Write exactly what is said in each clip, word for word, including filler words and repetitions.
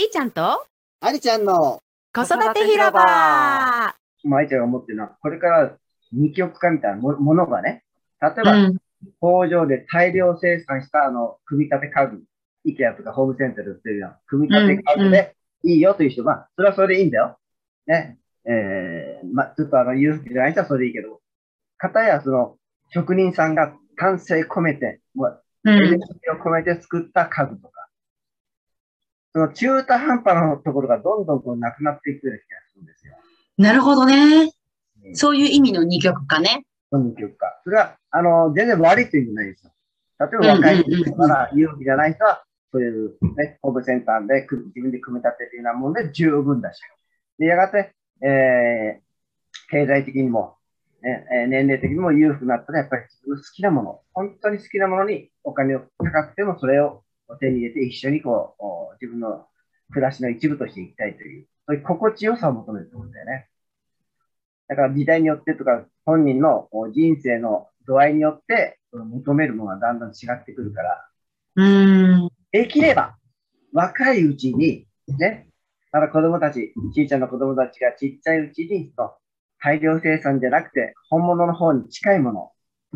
ーちゃんとありちゃんの子育て広場。 今、ありちゃんが思ってるのは、これから二極化みたいなもものがね、例えば、 うん。 工場で大量生産したあの、組み立て家具、イケアとかホームセンターで売ってるような、組み立てうん。うん。 家具でいいよという人は、それはそれでいいんだよ。ね。えー、ま、ちょっとあの、裕福じゃない人はそれでいいけど、かたやその、職人さんが丹精込めて、もううエネルギん。 ーを込めて作った家具とか、その中途半端なところがどんどんこうなくなっていくような気がするんですよ。 なるほどね。 ね、 そういう意味の二極化ね。 どの曲か。それは、あの、全然悪いという意味ないですよ。例えばうんうん若い人うんうん。 なら、勇気じゃない人は、そういうね、ホームセンターで自分で組み立てているようなもので十分だし。で、やがて、えー、経済的にも、ね、年齢的にも裕福になったら、やっぱり自分の好きなもの、本当に好きなものにお金を高くてもそれを手に入れて一緒にこう、自分の暮らしの一部としていきたいという、そういう心地よさを求めると思うんだよね。だから時代によってとか、本人の人生の度合いによって、求めるものがだんだん違ってくるから、 うーん。 できれば、若いうちに、ね、まだ子供たち、ちいちゃんの子供たちがちっちゃいうちに、大量生産じゃなくて、本物の方に近いもの。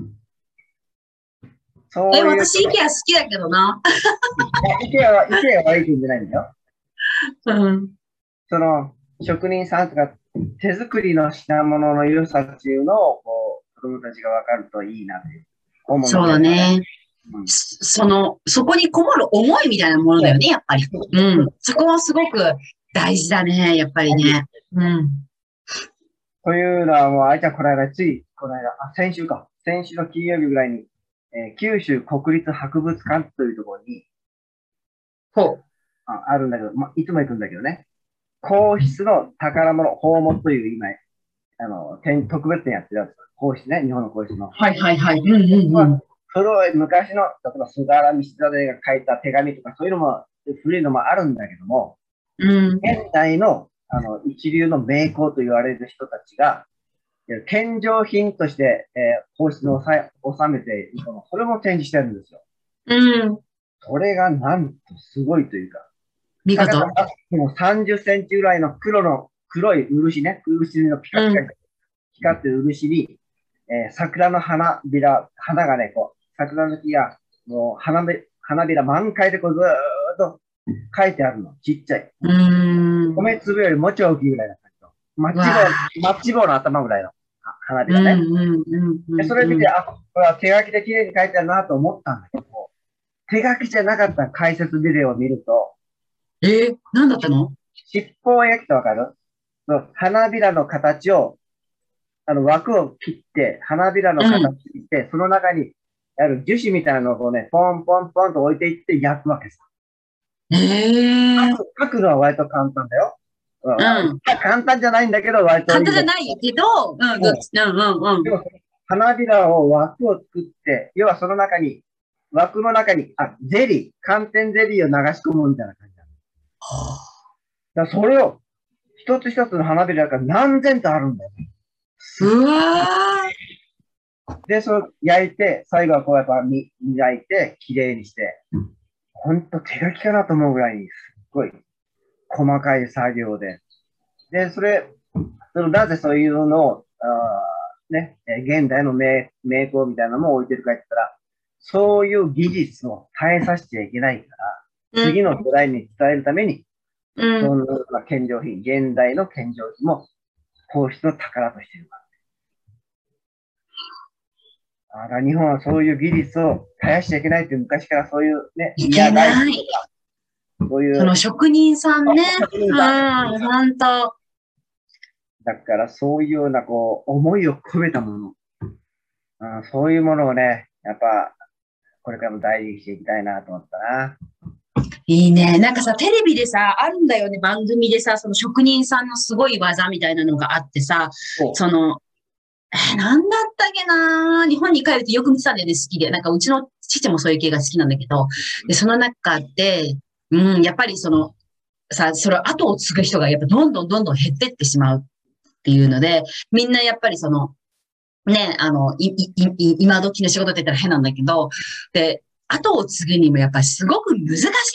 え、 そういう、 私、イケア好きだけどな。 意見は、意見が悪いんじゃないんだよ。 うん。 その、職人さんとか、手作りの品物の良さっていうのを、こう、子供たちが分かるといいなという、思うんだそうけどね。 だね。 うん、 そその、そこにこもる思いみたいなものだよね、やっぱり。うん。そこはすごく大事だね、やっぱりね。うん。 というのは、もう、あいちゃん、この間、つい、この間、あ、先週か。先週の金曜日ぐらいに、えー九州国立博物館というところに、 ほあ、あるんだけど、まあ、いつも行くんだけどね、皇室の宝物、宝物という今、あの、展特別展やってるんですよ。皇室ね、日本の皇室の。 はいはいはい。うんうんうん。 古い昔の、例えば菅原道真が書いた手紙とか、そういうのも、古いのもあるんだけども、 うん。 現代の、あの、一流の名工と言われる人たちが、献上品として、えー、皇室の収めているもの、それも展示してるんですよ。 うん。 それがなんとすごいというか、 見事。 高さがもうさんじゅっセンチぐらいの黒の、黒い漆ね、漆のピカピカうん。 光ってる漆に、えー、桜の花びら、花がね、こう、桜の木が、もう花び花びら満開でこうずーっと書いてあるの。ちっちゃい。 うーん。 米粒よりもちょ大きいぐらいの感じの。マッチ棒、 わあ。 マッチ棒の頭ぐらいの花びうんらね。 うんうんうで、それ見て、 んうん。 あ、これは手書きで綺麗に書いてあるなと思ったんだけど、手書きじゃなかった解説ビデオを見ると、 えー、何だったの？ 七宝焼きってわかる？花びらの形を、あの枠を切って、花びらの形うん。 にして、その中にある樹脂みたいなのをね、ポンポンポンと置いていって焼くわけです。 ええー。 書くのは割と簡単だよ。うん、 うん。 簡単じゃないんだけど、割といいんだけ簡単じゃないけど、うん、どっど、 ち、うんうんうん。 でも、花びらを枠を作って、要はその中に、枠の中に、あ、ゼリー、寒天ゼリーを流し込むみたいな感じだ。だからそれを、一つ一つの花びらが何千とあるんだよね。 うわで、それを焼いて、最後はこうやって磨いて、きれいにして、ほんと手書きかなと思うぐらいに、すっごい細かい作業で。で、それ、そのなぜそういうのを、あね、現代の名名工みたいなのも置いてるかって言ったら、そういう技術を絶えさせちゃいけないから、 ー。 次の世代に伝えるために、 うん。うん。 そのような献上品、現代の献上品も皇室の宝としているから。あら、日本はそういう技術を絶やしちゃいけないって昔からそういうね、 いけ宮大工とない。 か、そういう、 その職人さんね。 職人うん、 さん。 ほんと。 だからそういうようなこう、思いを込めたもの、うん、そういうものをね、やっぱ、これからも大事にしていきたいなと思ったな。 いいね。なんかさ、テレビでさ、あるんだよね、番組でさ、その職人さんのすごい技みたいなのがあってさ、 そその、えーなんだったっけな、日本に帰るとよく見てたんだよね、好きで。なんかうちの父もそういう系が好きなんだけど、で、その中で、うん、やっぱりその、さ、それを後を継ぐ人がやっぱどんどんどんどん減ってってしまうっていうので、みんなやっぱりその、ね、あの、い、い、い、今時の仕事って言ったら変なんだけど、で、後を継ぐにもやっぱりすごく難しい。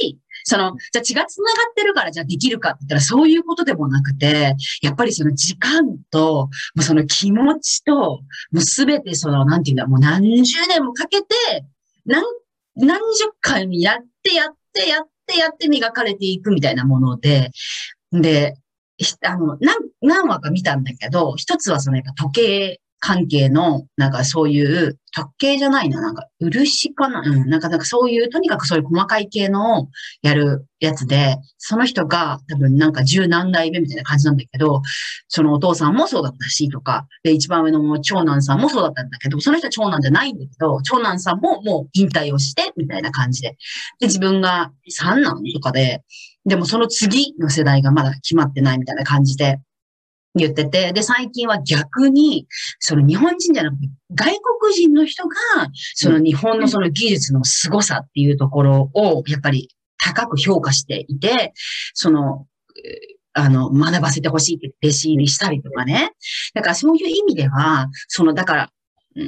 その、じゃあ血が繋がってるからじゃあできるかって言ったらそういうことでもなくて、やっぱりその時間と、もうその気持ちと、もうすべてその、なんていうんだ、もう何十年もかけて、何、何十回もやってやってやってやって磨かれていくみたいなもので、で、ひあの、何、何話か見たんだけど、一つはそのやっぱ時計関係の、なんかそういう、時計じゃないな、なんか漆かな、うん、なんかなんかそういう、とにかくそういう細かい系のをやるやつで、その人が多分なんか十何代目みたいな感じなんだけど、そのお父さんもそうだったしとか、で、一番上の長男さんもそうだったんだけど、その人は長男じゃないんだけど、長男さんももう引退をして、みたいな感じで。で、自分が三男とかで、でもその次の世代がまだ決まってないみたいな感じで言ってて、で、最近は逆に、その日本人じゃなくて、外国人の人が、その日本のその技術の凄さっていうところを、やっぱり高く評価していて、その、あの、学ばせてほしいって弟子入りしたりとかね。だからそういう意味では、その、だから、うん、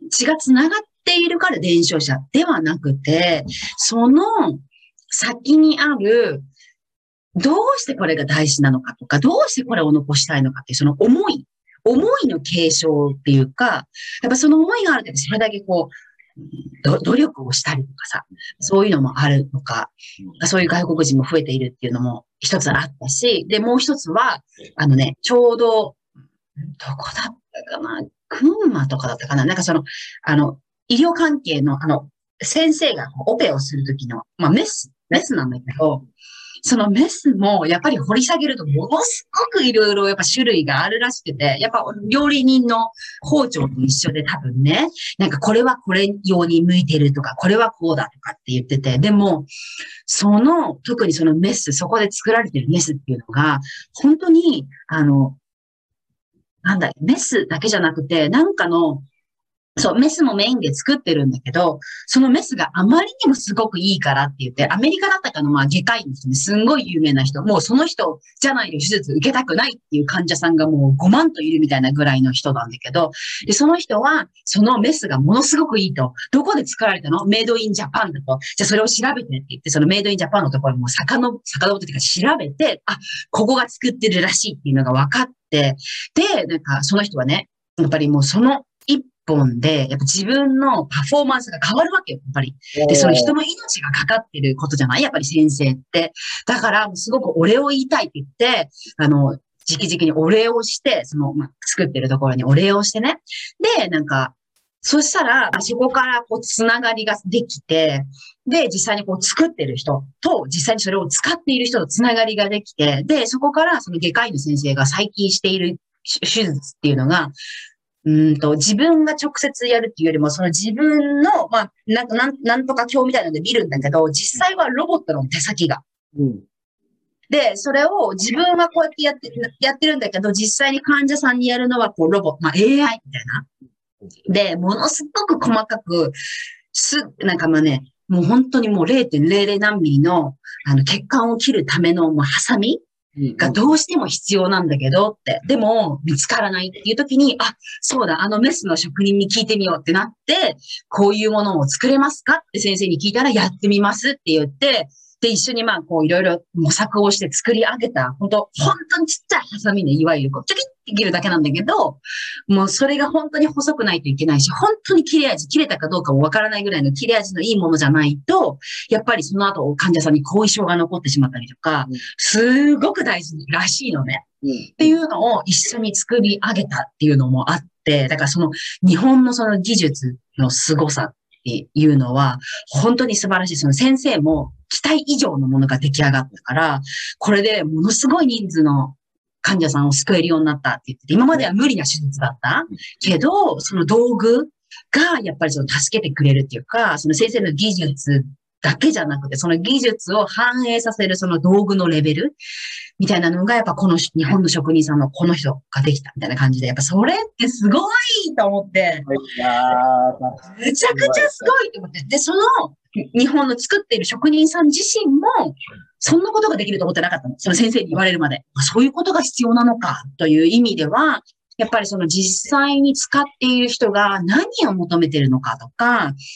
血が繋がっているから伝承者ではなくて、その先にある、どうしてこれが大事なのかとか、どうしてこれを残したいのかっていう、その思い、思いの継承っていうか、やっぱその思いがあるだけでそれだけこう、ど努力をしたりとかさ、そういうのもあるのか、そういう外国人も増えているっていうのも一つあったし、で、もう一つは、あのね、ちょうど、どこだったかな、群馬とかだったかな、なんかその、あの、医療関係の、あの、先生がオペをするときの、まあメス、メスなんだけど、そのメスもやっぱり掘り下げるとものすごくいろいろやっぱ種類があるらしくて、やっぱ料理人の包丁と一緒で多分ね、なんかこれはこれ用に向いてるとか、これはこうだとかって言ってて、でも、その、特にそのメス、そこで作られてるメスっていうのが、本当に、あの、なんだ、メスだけじゃなくて、なんかの、そう、メスもメインで作ってるんだけど、そのメスがあまりにもすごくいいからって言って、アメリカだったかの、まあ、外科医の人ね、すんごい有名な人、もうその人じゃないと手術受けたくないっていう患者さんがもうごまんといるみたいなぐらいの人なんだけど、で、その人は、そのメスがものすごくいいと、どこで作られたのメイドインジャパンだと。じゃあそれを調べてって言って、そのメイドインジャパンのところも遡、遡ってというか調べて、あ、ここが作ってるらしいっていうのが分かって、で、なんかその人はね、やっぱりもうその一本で、やっぱ自分のパフォーマンスが変わるわけよ、やっぱり。で、その人の命がかかってることじゃないやっぱり先生って。だから、すごくお礼を言いたいって言って、あの、直々にお礼をして、その、まあ、作ってるところにお礼をしてね。で、なんか、そしたら、そこからこう、つながりができて、で、実際にこう、作ってる人と、実際にそれを使っている人とつながりができて、で、そこからその外科医の先生が最近している手術っていうのが、うんと、自分が直接やるっていうよりも、その自分の、まあ、なんなん、なんとか表みたいなので見るんだけど、実際はロボットの手先が。うん、で、それを自分はこうやってやって、やってるんだけど、実際に患者さんにやるのはこうロボ、まあ エーアイ みたいな。で、ものすごく細かく、す、なんかまあね、もう本当にもう れいてんれいれい 何ミリの、あの、血管を切るためのもうハサミがどうしても必要なんだけどって。でも、見つからないっていう時に、あ、そうだ、あのメスの職人に聞いてみようってなって、こういうものを作れますかって先生に聞いたら、やってみますって言って、で、一緒にまあ、こう、いろいろ模索をして作り上げた、本当本当にちっちゃいハサミで、いわゆるこう、チョキッって切るだけなんだけど、もうそれが本当に細くないといけないし、本当に切れ味、切れたかどうかもわからないぐらいの切れ味のいいものじゃないと、やっぱりその後患者さんに後遺症が残ってしまったりとか、すごく大事らしいのね。っていうのを一緒に作り上げたっていうのもあって、だからその日本のその技術の凄さっていうのは、本当に素晴らしい。その先生も期待以上のものが出来上がったから、これでものすごい人数の患者さんを救えるようになったって言ってて、今までは無理な手術だったけど、その道具がやっぱりその助けてくれるっていうか、その先生の技術だけじゃなくて、その技術を反映させるその道具のレベルみたいなのが、やっぱこの日本の職人さんのこの人ができたみたいな感じで、やっぱそれってすごいと思って、めちゃくちゃすごいと思って、で、その日本の作っている職人さん自身も、そんなことができると思ってなかったの。その先生に言われるまで。そういうことが必要なのかという意味では、やっぱりその実際に使っている人が何を求めているのかとか、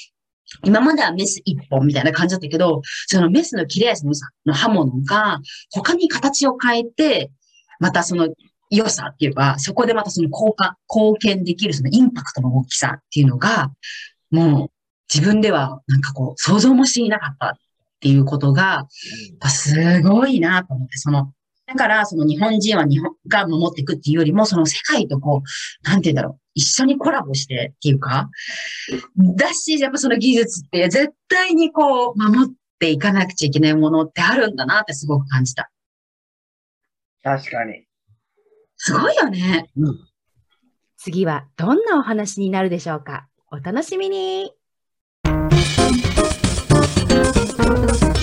今まではメス一本みたいな感じだったけど、そのメスの切れ味のの刃物が他に形を変えて、またその良さっていうか、そこでまたその貢献、貢献できるそのインパクトの大きさっていうのが、もう自分ではなんかこう想像もしていなかったっていうことが、やっぱすごいなと思って、その、だからその日本人は日本が守っていくっていうよりも、その世界とこう、なんて言うんだろう、一緒にコラボしてっていうか、だし、やっぱその技術って絶対にこう、守っていかなくちゃいけないものってあるんだなってすごく感じた。 確かに。 すごいよね。 うん。 次はどんなお話になるでしょうか。お楽しみに。